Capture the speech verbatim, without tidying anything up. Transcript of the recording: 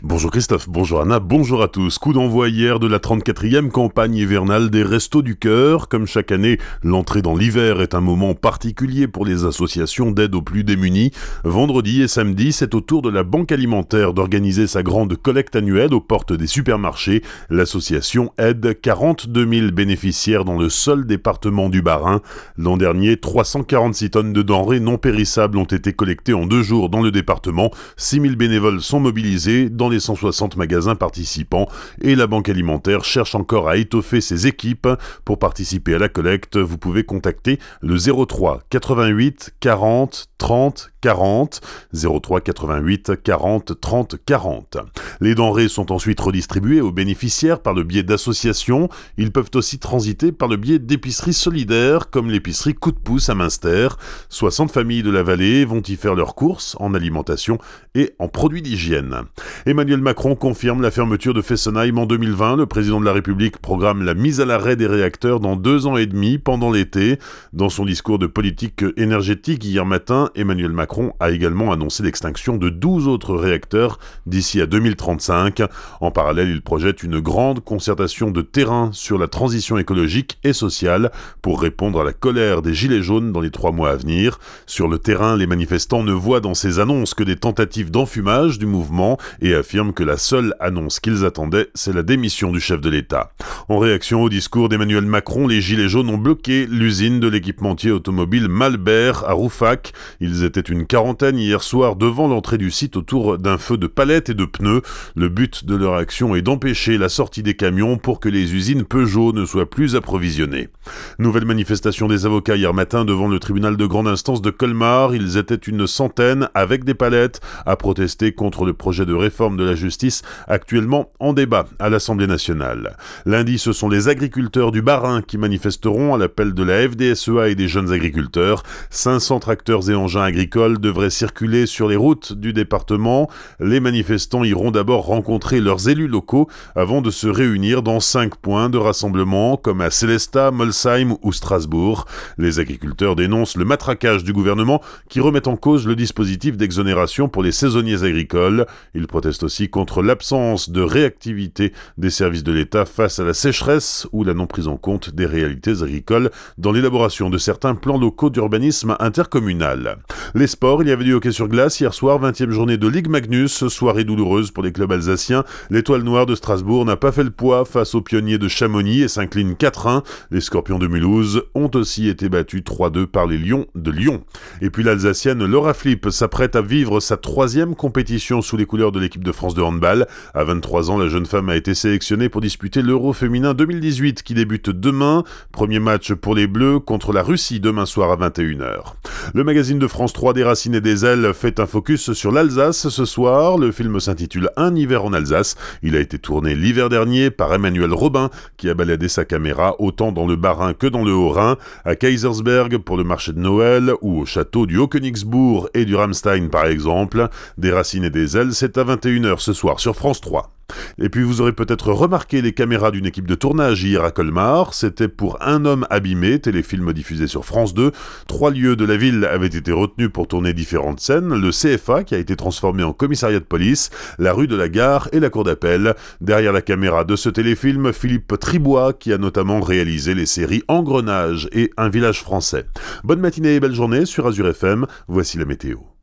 Bonjour Christophe, bonjour Anna, bonjour à tous. Coup d'envoi hier de la trente-quatrième campagne hivernale des Restos du Cœur. Comme chaque année, l'entrée dans l'hiver est un moment particulier pour les associations d'aide aux plus démunis. Vendredi et samedi, c'est au tour de la Banque Alimentaire d'organiser sa grande collecte annuelle aux portes des supermarchés. L'association aide quarante-deux mille bénéficiaires dans le seul département du Bas-Rhin. L'an dernier, trois cent quarante-six tonnes de denrées non périssables ont été collectées en deux jours dans le département. six mille bénévoles sont mobilisés dans les cent soixante magasins participants et la Banque Alimentaire cherche encore à étoffer ses équipes. Pour participer à la collecte, vous pouvez contacter le zéro trois quatre-vingt-huit quarante trente quarante, zéro trois quatre-vingt-huit quarante trente quarante. Les denrées sont ensuite redistribuées aux bénéficiaires par le biais d'associations. Ils peuvent aussi transiter par le biais d'épiceries solidaires comme l'épicerie Coup de Pouce à Münster. soixante familles de la vallée vont y faire leurs courses en alimentation et en produits d'hygiène. Emmanuel Macron confirme la fermeture de Fessenheim en deux mille vingt. Le président de la République programme la mise à l'arrêt des réacteurs dans deux ans et demi pendant l'été. Dans son discours de politique énergétique hier matin, Emmanuel Macron a également annoncé l'extinction de douze autres réacteurs d'ici à deux mille trente-cinq. En parallèle, il projette une grande concertation de terrain sur la transition écologique et sociale pour répondre à la colère des Gilets jaunes dans les trois mois à venir. Sur le terrain, les manifestants ne voient dans ces annonces que des tentatives d'enfumage du mouvement et affirment que la seule annonce qu'ils attendaient, c'est la démission du chef de l'État. En réaction au discours d'Emmanuel Macron, les Gilets jaunes ont bloqué l'usine de l'équipementier automobile Malbert à Rouffach. Ils étaient une quarantaine hier soir devant l'entrée du site autour d'un feu de palettes et de pneus. Le but de leur action est d'empêcher la sortie des camions pour que les usines Peugeot ne soient plus approvisionnées. Nouvelle manifestation des avocats hier matin devant le tribunal de grande instance de Colmar. Ils étaient une centaine avec des palettes à protester contre le projet de réforme de la justice actuellement en débat à l'Assemblée nationale. Lundi, ce sont les agriculteurs du Bas-Rhin qui manifesteront à l'appel de la F D S E A et des jeunes agriculteurs. cinq cents tracteurs et engins agricoles devraient circuler sur les routes du département. Les manifestants iront d'abord rencontrer leurs élus locaux avant de se réunir dans cinq points de rassemblement comme à Sélestat, Molsheim ou Strasbourg. Les agriculteurs dénoncent le matraquage du gouvernement qui remet en cause le dispositif d'exonération pour les saisonniers agricoles. Ils protestent aussi contre l'absence de réactivité des services de l'État face à la sécheresse ou la non prise en compte des réalités agricoles dans l'élaboration de certains plans locaux d'urbanisme intercommunal. Les sports, il y avait du hockey sur glace hier soir, vingtième journée de Ligue Magnus, soirée douloureuse pour les clubs alsaciens. L'Étoile Noire de Strasbourg n'a pas fait le poids face aux Pionniers de Chamonix et s'incline quatre un. Les Scorpions de Mulhouse ont aussi été battus trois deux par les Lions de Lyon. Et puis l'Alsacienne Laura Flip s'apprête à vivre sa troisième compétition sous les couleurs de l'équipe de France de handball. À vingt-trois ans, la jeune femme a été sélectionnée pour disputer l'Euro féminin deux mille dix-huit qui débute demain. Premier match pour les Bleus contre la Russie demain soir à vingt et une heures. Le magazine de France trois des Racines et des Ailes fait un focus sur l'Alsace ce soir. Le film s'intitule Un hiver en Alsace. Il a été tourné l'hiver dernier par Emmanuel Robin qui a baladé sa caméra autant dans le Bas-Rhin que dans le Haut-Rhin, à Kaisersberg pour le marché de Noël ou au château du Haut-Königsbourg et du Ramstein par exemple. Des Racines et des Ailes, c'est à vingt et une heures ce soir sur France trois. Et puis vous aurez peut-être remarqué les caméras d'une équipe de tournage hier à Colmar. C'était pour Un homme abîmé, téléfilm diffusé sur France deux. Trois lieux de la ville avaient été retenus pour tourner différentes scènes. Le C F A qui a été transformé en commissariat de police, la rue de la Gare et la cour d'appel. Derrière la caméra de ce téléfilm, Philippe Tribois qui a notamment réalisé les séries Engrenage et Un village français. Bonne matinée et belle journée sur Azure F M. Voici la météo.